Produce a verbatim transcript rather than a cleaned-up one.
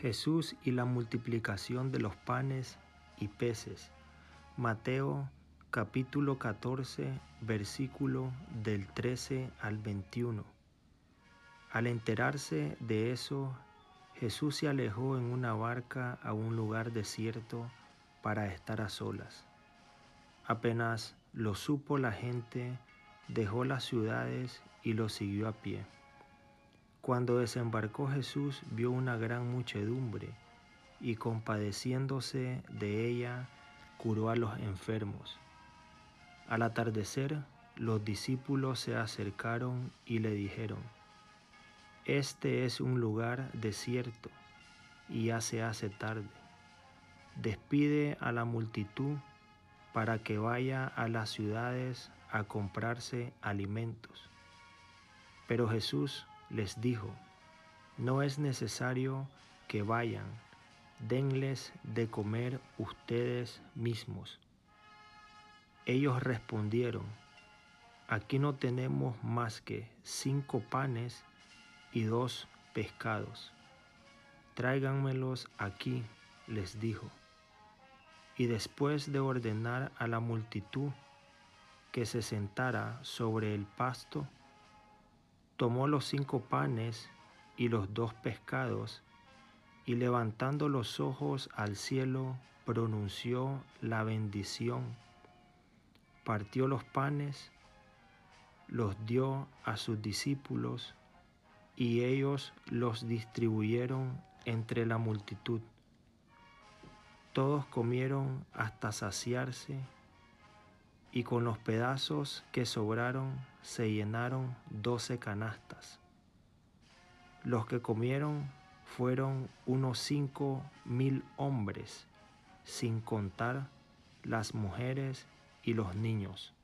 Jesús y la multiplicación de los panes y peces. Mateo capítulo catorce, versículo del trece al veintiuno. Al enterarse de eso, Jesús se alejó en una barca a un lugar desierto para estar a solas. Apenas lo supo la gente, dejó las ciudades y lo siguió a pie. Cuando desembarcó Jesús, vio una gran muchedumbre y compadeciéndose de ella, curó a los enfermos. Al atardecer, los discípulos se acercaron y le dijeron: «Este es un lugar desierto y ya se hace tarde. Despide a la multitud para que vaya a las ciudades a comprarse alimentos». Pero Jesús les dijo: «No es necesario que vayan, denles de comer ustedes mismos». Ellos respondieron: «Aquí no tenemos más que cinco panes y dos pescados. Tráiganmelos aquí», les dijo. Y después de ordenar a la multitud que se sentara sobre el pasto, tomó los cinco panes y los dos pescados, y levantando los ojos al cielo, pronunció la bendición, partió los panes, los dio a sus discípulos, y ellos los distribuyeron entre la multitud. Todos comieron hasta saciarse, y con los pedazos que sobraron se llenaron doce canastas. Los que comieron fueron unos cinco mil hombres, sin contar las mujeres y los niños.